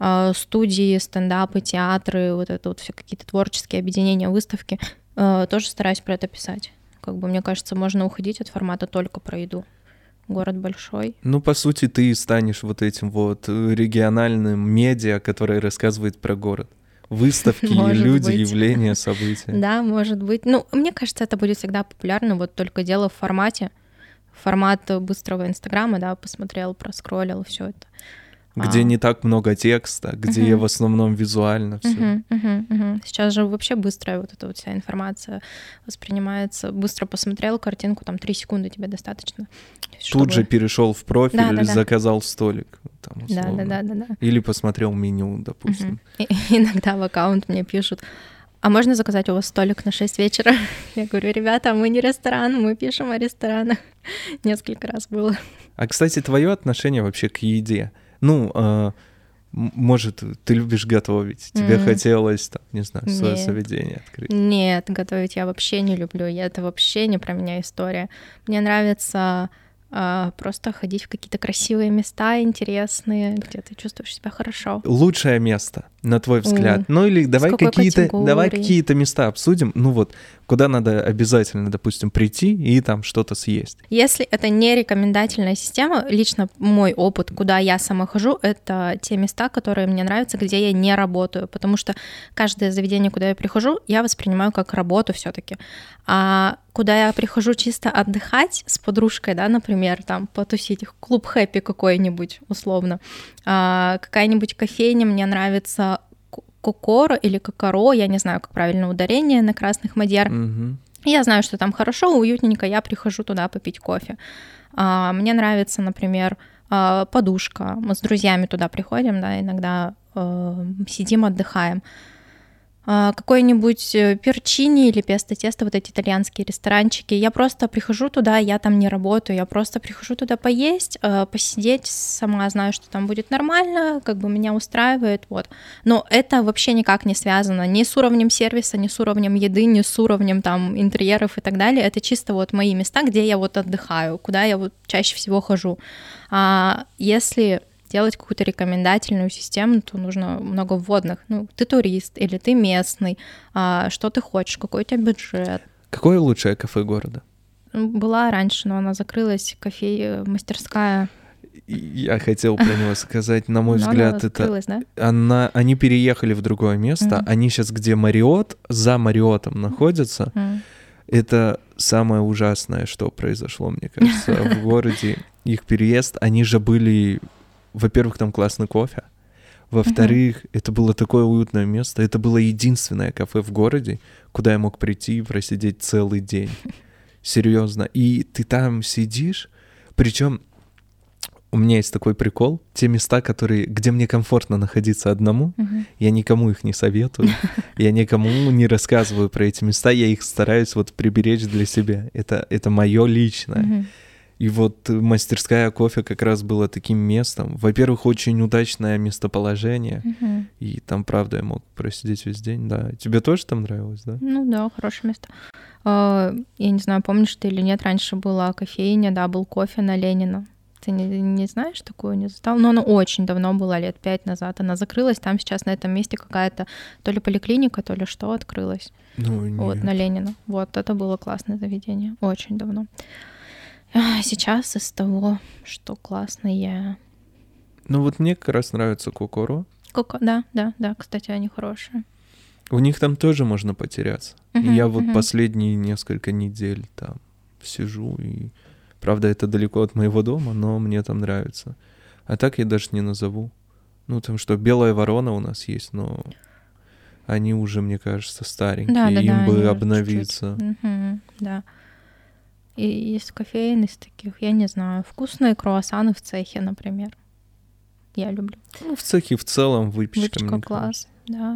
студии, стендапы, театры, вот это вот все какие-то творческие объединения, выставки. Тоже стараюсь про это писать. Как бы, мне кажется, можно уходить от формата только про еду. Город большой. Ну, по сути, ты станешь вот этим вот региональным медиа, которое рассказывает про город. Выставки, люди, быть. Явления, события. Да, может быть. Ну, мне кажется, это будет всегда популярно, вот только дело в формате. Формат быстрого Инстаграма, да, посмотрел, проскроллил, все это. Где а. не так много текста, где uh-huh. в основном визуально все. Uh-huh, uh-huh, uh-huh. Сейчас же вообще быстрая вот эта вот вся информация воспринимается. Быстро посмотрел картинку, там три секунды тебе достаточно. Тут чтобы... же перешел в профиль да, или да, заказал столик. Там, да, да, да, да, да. Или посмотрел меню, допустим. Uh-huh. И, иногда в аккаунт мне пишут: а можно заказать у вас столик на шесть вечера? Я говорю: ребята, мы не ресторан, мы пишем о ресторанах. Несколько раз было. А, кстати, твое отношение вообще к еде? Ну, э, может, ты любишь готовить, тебе mm. хотелось, там, не знаю, свое Нет. заведение открыть? Нет, готовить я вообще не люблю, это вообще не про меня история. Мне нравится э, просто ходить в какие-то красивые места, интересные, где ты чувствуешь себя хорошо. Лучшее место, на твой взгляд? Mm. Ну или давай какие-то, давай какие-то места обсудим, ну вот, куда надо обязательно, допустим, прийти и там что-то съесть. Если это не рекомендательная система, лично мой опыт, куда я сама хожу, это те места, которые мне нравятся, где я не работаю, потому что каждое заведение, куда я прихожу, я воспринимаю как работу все-таки. А куда я прихожу чисто отдыхать с подружкой, да, например, там потусить, клуб хэппи какой-нибудь, условно, а, какая-нибудь кофейня, мне нравится Кокоро или Кокоро, я не знаю, как правильно ударение на красных мадьяр. Mm-hmm. Я знаю, что там хорошо, уютненько, я прихожу туда попить кофе. А, мне нравится, например, подушка. Мы с друзьями туда приходим, да, иногда э, сидим, отдыхаем. Какой-нибудь перчини или песто-тесто, вот эти итальянские ресторанчики. Я просто прихожу туда, я там не работаю, я просто прихожу туда поесть, посидеть, сама знаю, что там будет нормально, как бы меня устраивает, вот. Но это вообще никак не связано ни с уровнем сервиса, ни с уровнем еды, ни с уровнем там интерьеров и так далее. Это чисто вот мои места, где я вот отдыхаю, куда я вот чаще всего хожу. А если делать какую-то рекомендательную систему, то нужно много вводных. Ну, ты турист или ты местный, а, что ты хочешь, какой у тебя бюджет. Какое лучшее кафе города? Была раньше, но она закрылась, кафе, мастерская. Я хотел про него сказать, на мой но взгляд, это... Да? Она... Они переехали в другое место, mm. они сейчас где Мариот, за Мариотом находятся. Mm. Это самое ужасное, что произошло, мне кажется, в городе. Их переезд, они же были... Во-первых, там классный кофе. Во-вторых, uh-huh. это было такое уютное место. Это было единственное кафе в городе, куда я мог прийти и просидеть целый день. Серьезно. И ты там сидишь, причем У меня есть такой прикол. Те места, которые, где мне комфортно находиться одному, Мгм. я никому их не советую. Я никому не рассказываю про эти места. Я их стараюсь вот приберечь для себя. Это, это мое личное. Мгм. И вот мастерская кофе как раз была таким местом. Во-первых, очень удачное местоположение. Мгм. И там, правда, я мог просидеть весь день, да. Тебе тоже там нравилось, да? Ну да, хорошее место. А, Я не знаю, помнишь ты или нет, раньше была кофейня, да, был кофе на Ленина. Ты не, не знаешь такую, не застал? Но она очень давно была, лет пять назад. Она закрылась, там сейчас на этом месте какая-то то ли поликлиника, то ли что открылась. Ну, нет. Вот, на Ленина. Вот, это было классное заведение, очень давно. А сейчас из того, что классное... Ну вот мне как раз нравится Кокоро. Коко, да, да, да, кстати, они хорошие. У них там тоже можно потеряться. И Мгм, я вот мгм. последние несколько недель там сижу, и правда это далеко от моего дома, но мне там нравится. А так я даже не назову. Ну там что, Белая Ворона у нас есть, но они уже, мне кажется, старенькие, Да, да, им да, бы они обновиться. чуть-чуть. Мгм, да. И из кофеин, из таких, я не знаю, вкусные круассаны в цехе, например. Я люблю. Ну, в цехе в целом выпечка, Выпечка мне класс, кажется. да.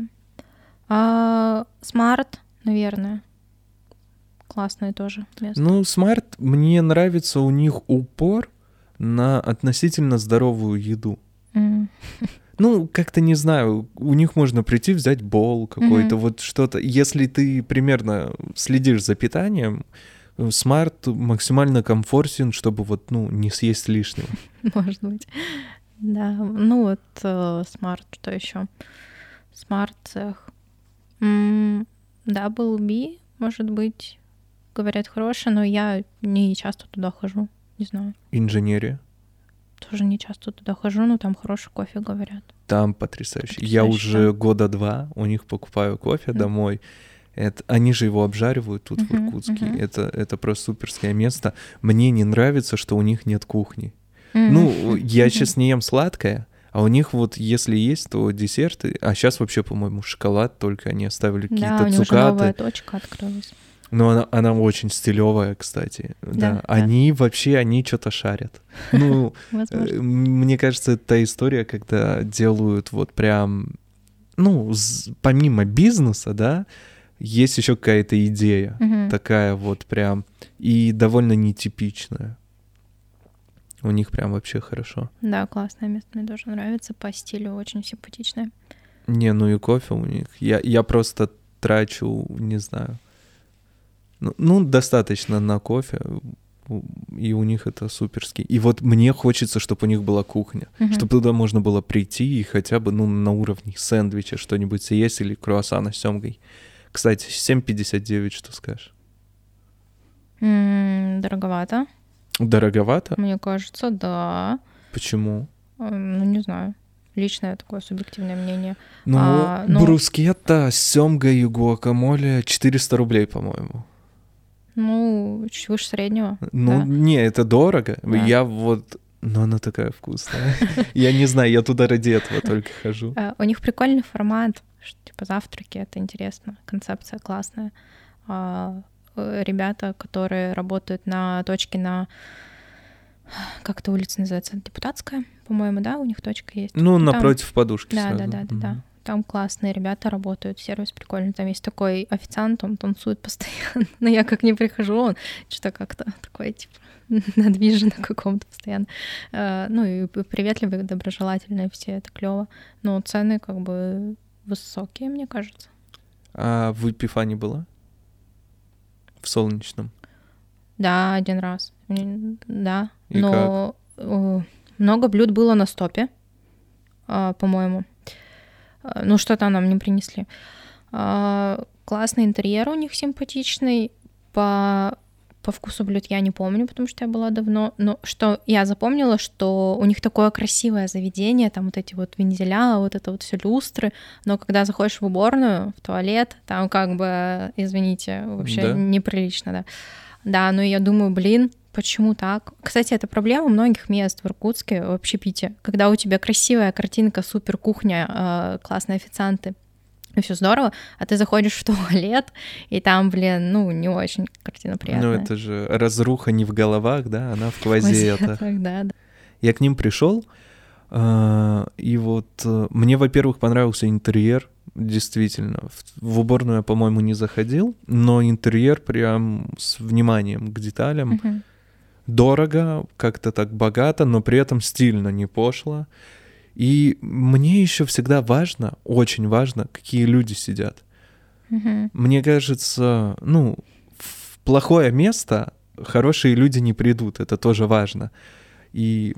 А Смарт, наверное, классное тоже место. Ну, Smart, мне нравится у них упор на относительно здоровую еду. М. Ну, как-то не знаю, у них можно прийти, взять бол какой-то, Мгм. вот что-то. Если ты примерно следишь за питанием, Smart максимально комфортен, чтобы вот, ну, не съесть лишнего. Может быть. Да, ну вот э, Смарт, что еще? Смарт цех. М, дабл би, может быть, говорят, хорошее, но я не часто туда хожу, не знаю. Инженерия. Тоже не часто туда хожу, но там хороший кофе, говорят. Там потрясающе. Я Потрясающе, уже да. года два у них покупаю кофе Мгм. домой. Это, они же его обжаривают тут в Мгм, Иркутске. мгм. Это, это просто суперское место. Мне не нравится, что у них нет кухни. М. Ну, я Мгм. сейчас не ем сладкое, а у них вот, если есть, то десерты. А сейчас вообще, по-моему, шоколад только они оставили, Да, у какие-то них уже новая цукаты. точка открылась. Но она, она очень стилевая, кстати. Да, Да, да. они вообще, они что-то шарят. Ну, э, Возможно. мне кажется, это та история, когда делают вот прям, ну, з- помимо бизнеса, да, есть еще какая-то идея Мгм. такая вот прям и довольно нетипичная. У них прям вообще хорошо. Да, классное место, мне тоже нравится, по стилю очень симпатичное. Не, ну и кофе у них. Я, я просто трачу, не знаю, ну, ну, достаточно на кофе, у- и у них это суперски. И вот мне хочется, чтобы у них была кухня, Мгм. чтобы туда можно было прийти и хотя бы, ну, на уровне сэндвича что-нибудь съесть или круассана с сёмгой. Кстати, семь пятьдесят девять, что скажешь? М, Дороговато, Дороговато? мне кажется, да. Почему? М, Ну, не знаю. Личное такое субъективное мнение. Ну, А, ну- брускетта с сёмгой и гуакамоле четыреста рублей, по-моему. Ну, чуть выше среднего. Ну, да. не, это дорого. Да. Я вот... Но она такая вкусная. Я не знаю, я туда ради этого только хожу. А, У них прикольный формат, что, типа завтраки, это интересно, концепция классная. А, э, Ребята, которые работают на точке на... Как эта улица называется? Депутатская, по-моему, да? У них точка есть. Ну, там- напротив подушки Да, сразу. да, да, да, да. Мгм. Там классные ребята работают, сервис прикольный. Там есть такой официант, он танцует постоянно. Но я как не прихожу, он что-то как-то такой, типа, надвижен на каком-то постоянно. Э, Ну и приветливые, доброжелательные все, это клево. Но цены как бы высокие, мне кажется. А в Эпифане была? В Солнечном? Да, один раз. М, Да. И Но э, много блюд было на стопе, а, по-моему. А, Ну, что-то нам не принесли. А, Классный интерьер у них симпатичный. По, по вкусу блюд я не помню, потому что я была давно. Но что я запомнила, что у них такое красивое заведение, там вот эти вот вензеля, вот это вот все люстры. Но когда заходишь в уборную, в туалет, там как бы, извините, вообще Да? неприлично, да. Да, но я думаю, блин, почему так? Кстати, это проблема многих мест в Иркутске, в общепите. Когда у тебя красивая картинка, супер кухня, э, классные официанты, и все здорово, а ты заходишь в туалет, и там, блин, ну, не очень картина приятная. Ну, это же разруха не в головах, да, она в квазетах. Да, да. Я к ним пришел, и вот мне, во-первых, понравился интерьер, действительно. В уборную я, по-моему, не заходил, но интерьер прям с вниманием к деталям. Мгм. Дорого, как-то так богато, но при этом стильно, не пошло. И мне еще всегда важно, очень важно, какие люди сидят. Мгм. Мне кажется, ну, в плохое место хорошие люди не придут, это тоже важно. И,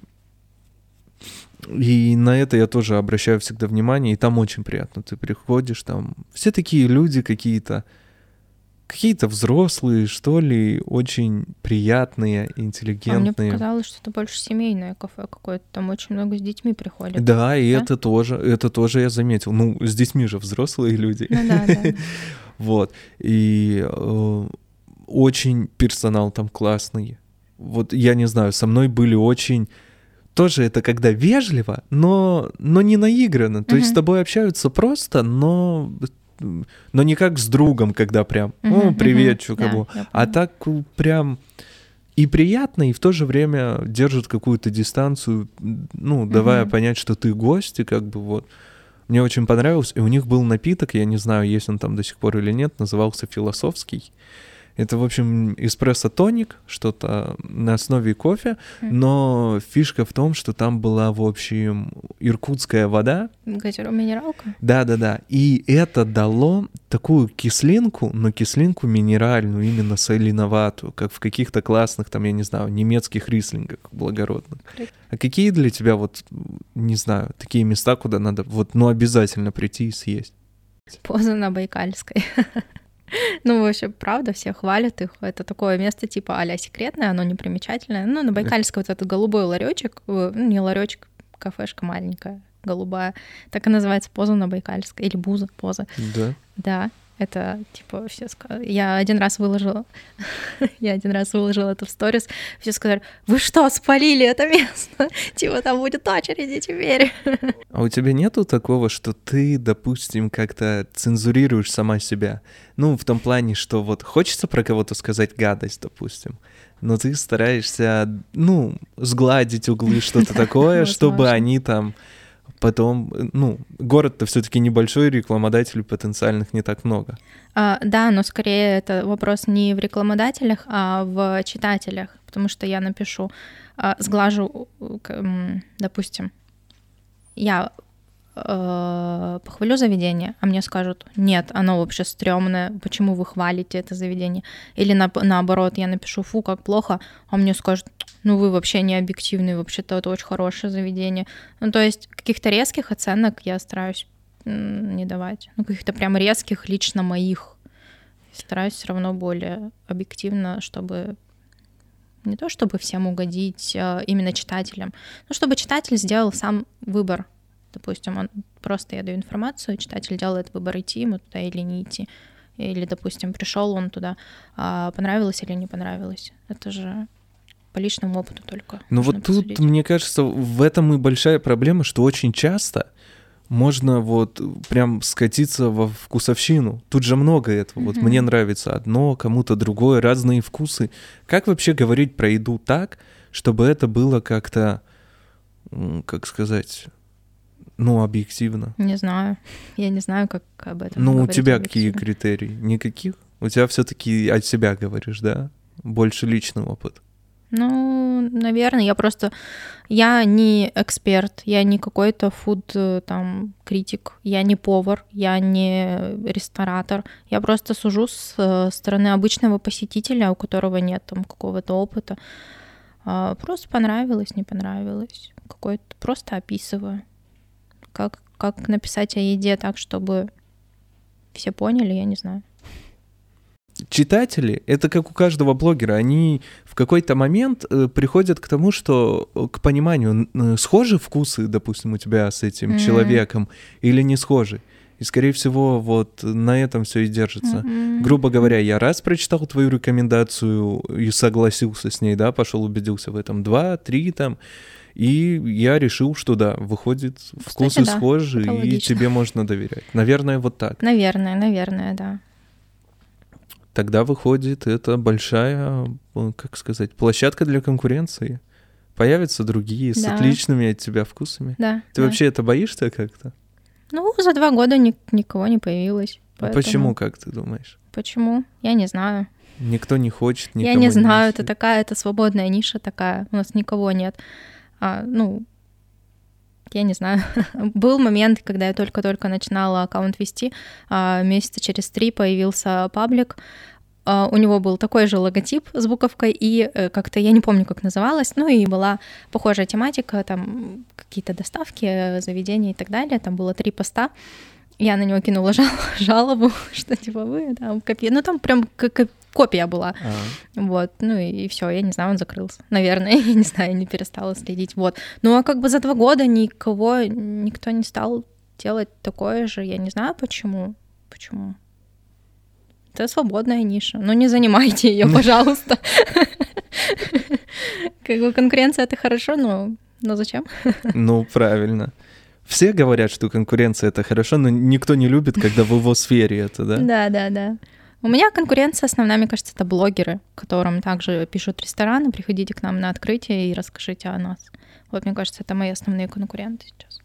и на это я тоже обращаю всегда внимание, и там очень приятно. Ты приходишь, там все такие люди какие-то, какие-то взрослые, что ли, очень приятные, А мне интеллигентные. показалось, что это больше семейное кафе какое-то. Там очень много с детьми приходят. Да, и Да? это тоже, это тоже я заметил. Ну, с детьми же взрослые люди. Ну да, да. Вот. И э, очень персонал там классный. Вот я не знаю, со мной были очень... Тоже это когда вежливо, но, но не наигранно. То есть с Мгм. тобой общаются просто, но, но не как с другом, когда прям «О, Мгм, привет, мгм. чё, Да, кого?» я А поняла. так э, прям и приятно, и в то же время держат какую-то дистанцию, ну, давая Мгм. понять, что ты гость, и как бы вот. Мне очень понравилось, и у них был напиток, я не знаю, есть он там до сих пор или нет, назывался «Философский». Это, в общем, эспрессо-тоник, что-то на основе кофе, Мгм. но фишка в том, что там была, в общем, иркутская вода. Газированная минералка? Да-да-да. И это дало такую кислинку, но кислинку минеральную, именно соленоватую, как в каких-то классных, там, я не знаю, немецких рислингах благородных. Прик- А какие для тебя, вот, не знаю, такие места, куда надо, вот, ну, обязательно прийти и съесть? Поза на Байкальской. Ну, вообще, правда, все хвалят их. Это такое место типа а-ля секретное, оно непримечательное. Ну, на Байкальской вот этот голубой ларечек, э, ну, не ларечек, кафешка маленькая, голубая. Так и называется поза на Байкальской. Или буза, поза. Да. Да, это типа все ска- Я один раз выложила, я один раз выложила это в сторис, все сказали, вы что, спалили это место? Типа там будет очереди теперь. А у тебя нету такого, что ты, допустим, как-то цензурируешь сама себя? Ну, в том плане, что вот хочется про кого-то сказать гадость, допустим, но ты стараешься, ну, сгладить углы, что-то такое, чтобы Возможно. они там потом... Ну, город-то все-таки небольшой, рекламодателей потенциальных не так много. А, да, но скорее это вопрос не в рекламодателях, а в читателях, потому что я напишу, а, сглажу, к- м, допустим, я э, похвалю заведение, а мне скажут, нет, оно вообще стрёмное, почему вы хвалите это заведение? Или на- наоборот, я напишу, фу, как плохо, а мне скажут, ну вы вообще не объективный, вообще-то это очень хорошее заведение. Ну то есть каких-то резких оценок я стараюсь м, не давать, ну каких-то прям резких лично моих. Стараюсь все равно более объективно, чтобы не то чтобы всем угодить, а именно читателям, но чтобы читатель сделал сам выбор. Допустим, он просто я даю информацию, читатель делает выбор, идти ему туда или не идти. Или, допустим, пришел он туда, а понравилось или не понравилось. Это же по личному опыту только. Ну можно вот тут, посудить. мне кажется, в этом и большая проблема, что очень часто можно вот прям скатиться во вкусовщину. Тут же много этого. Вот Мгм. мне нравится одно, кому-то другое, разные вкусы. Как вообще говорить про еду так, чтобы это было как-то, м, как сказать, ну, объективно? Не знаю. Я не знаю, как об этом Ну, у говорить тебя какие объективно. критерии? Никаких? У тебя все-таки от себя говоришь, да? Больше личный опыт. Ну, наверное, я просто... Я не эксперт, я не какой-то фуд э, там критик, я не повар, я не ресторатор. Я просто сужу с э, стороны обычного посетителя, у которого нет там какого-то опыта. А, Просто понравилось, не понравилось. Какой-то просто описываю. Как, как написать о еде так, чтобы все поняли, я не знаю. Читатели, это как у каждого блогера, они в какой-то момент э, приходят к тому, что э, к пониманию, н- э, схожи вкусы, допустим, у тебя с этим Мгм. человеком или не схожи. И, скорее всего, вот на этом все и держится. Мгм. Грубо говоря, я раз прочитал твою рекомендацию и согласился с ней, да, пошел убедился в этом, два, три там, и я решил, что да, выходит, вкусы да, схожи, это и логично. тебе можно доверять. Наверное, вот так. Наверное, наверное, да. Тогда выходит, это большая, э, как сказать, площадка для конкуренции. Появятся другие с Да. отличными от тебя вкусами. Да. Ты да. вообще это боишься как-то? Ну, за два года ни- никого не появилось. А поэтому- почему, как ты думаешь? Почему? Я не знаю. Никто не хочет, никому Я не знаю, ищет. это такая, это свободная ниша такая. У нас никого нет. А, ну, я не знаю. Был момент, когда я только-только начинала аккаунт вести, а, месяца через три появился паблик. А, у него был такой же логотип с буковкой, и э, как-то, я не помню, как называлось, ну и была похожая тематика, там какие-то доставки, э, заведения и так далее. Там было три поста. Я на него кинула жал- жалобу, что типа вы там копия. Ну там прям как копия была. А, Вот, ну и все, я не знаю, он закрылся. Наверное, я не знаю, не перестала следить. Вот. Ну а как бы за два года никого, никто не стал делать такое же. Я не знаю, почему. Почему? Это свободная ниша. Ну не занимайте ее, пожалуйста. Как бы конкуренция — это хорошо, но но зачем? ну, правильно. Все говорят, что конкуренция — это хорошо, но никто не любит, когда в его сфере это, да? Да, да, да. У меня конкуренция основная, мне кажется, это блогеры, которым также пишут рестораны, приходите к нам на открытие и расскажите о нас. Вот, мне кажется, это мои основные конкуренты сейчас.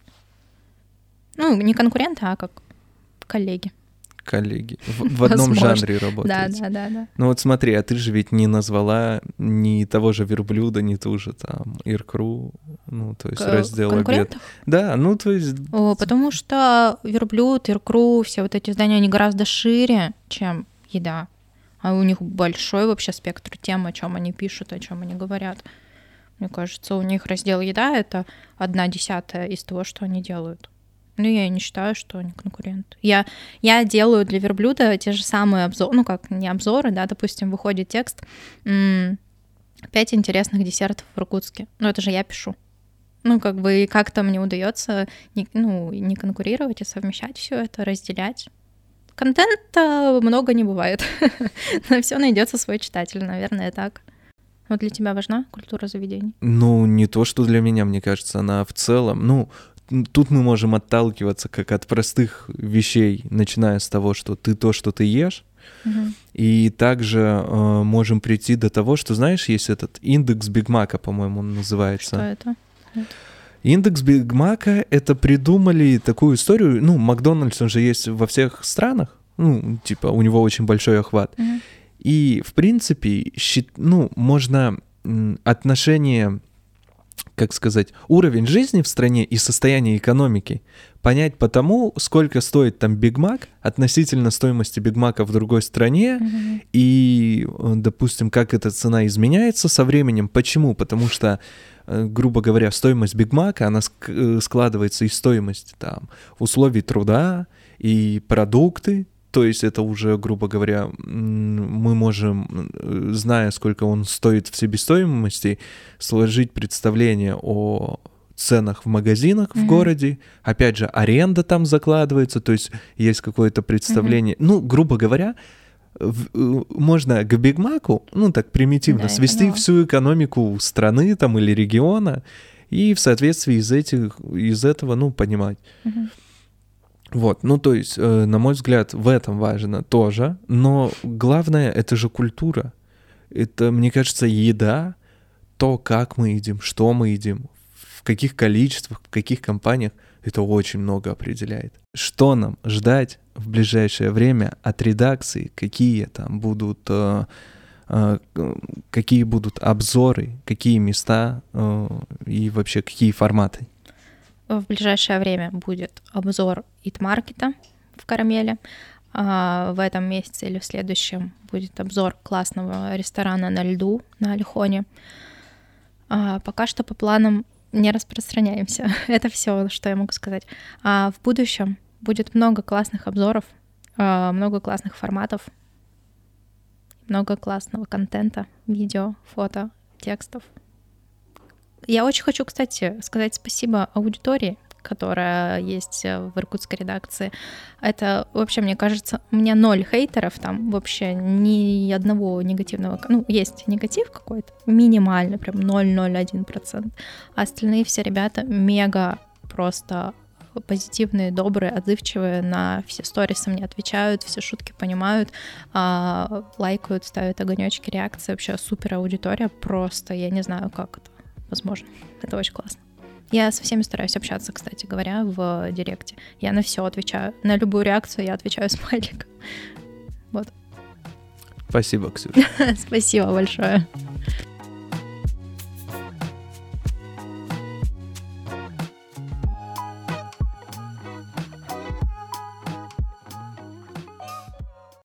Ну, не конкуренты, а как коллеги. Коллеги. В, в одном Возможно. жанре Да, работаете. да, да, да. Ну вот смотри, а ты же ведь не назвала ни того же верблюда, ни ту же там Иркру, ну то есть К- раздел обед. конкурентов? Да, ну то есть... О, потому что верблюд, иркру, все вот эти издания, они гораздо шире, чем еда. А у них большой вообще спектр тем, о чем они пишут, о чем они говорят. Мне кажется, у них раздел еда — это одна десятая из того, что они делают. Ну, я и не считаю, что они конкуренты. Я, я делаю для верблюда те же самые обзоры, ну, как не обзоры, да, допустим, выходит текст м, «Пять интересных десертов в Иркутске». Ну, это же я пишу. Ну, как бы как-то мне удается не, ну, не конкурировать, а совмещать все это, разделять. Контента много не бывает. На все найдется свой читатель, наверное, так. Вот для тебя важна культура заведений? Ну, не то, что для меня, мне кажется, она в целом, ну, тут мы можем отталкиваться как от простых вещей, начиная с того, что ты то, что ты ешь, Мгм. и также э, можем прийти до того, что, знаешь, есть этот индекс Биг Мака, по-моему, он называется. Что это? Индекс Биг Мака — это придумали такую историю, ну, Макдональдс, он же есть во всех странах, ну, типа, у него очень большой охват. Мгм. И, в принципе, щит- ну, можно м, отношение, как сказать, уровень жизни в стране и состояние экономики понять по тому, сколько стоит там Биг Мак относительно стоимости Биг Мака в другой стране, Мгм. и, э, допустим, как эта цена изменяется со временем. Почему? Потому что, э, грубо говоря, стоимость Биг Мака, она ск- э, складывается из стоимости там условий труда и продукты. То есть это уже, грубо говоря, м, мы можем, э, зная, сколько он стоит в себестоимости, сложить представление о ценах в магазинах в Мгм. городе. Опять же, аренда там закладывается, то есть есть какое-то представление. Ну, грубо говоря, в- э, можно к Биг Маку, ну так примитивно, Да, я свести поняла. всю экономику страны там или региона и в соответствии из этих, из этого, ну, понимать. Мгм. Вот, ну то есть, э, на мой взгляд, в этом важно тоже, но главное — это же культура. Это, мне кажется, еда, то, как мы едим, что мы едим, в каких количествах, в каких компаниях, это очень много определяет. Что нам ждать в ближайшее время от редакции, какие там будут, э, э, какие будут обзоры, какие места э, и вообще какие форматы. В ближайшее время будет обзор итмаркета в Карамеле. А в этом месяце или в следующем будет обзор классного ресторана на льду на Альхоне. А пока что по планам не распространяемся. Это все, что я могу сказать. А в будущем будет много классных обзоров, а, много классных форматов, много классного контента, видео, фото, текстов. Я очень хочу, кстати, сказать спасибо аудитории, которая есть в иркутской редакции. Это вообще, мне кажется, у меня ноль хейтеров, там вообще ни одного негативного... Ну, есть негатив какой-то, минимальный, прям ноль целых ноль один процента. А остальные все ребята мега просто позитивные, добрые, отзывчивые, на все сторисы мне отвечают, все шутки понимают, а, лайкают, ставят огонечки, реакции. Вообще супер аудитория, просто я не знаю, как это возможно. Это очень классно. Я со всеми стараюсь общаться, кстати говоря, в директе. Я на все отвечаю. На любую реакцию я отвечаю смайликом. Вот. Спасибо, Ксюша. Спасибо большое.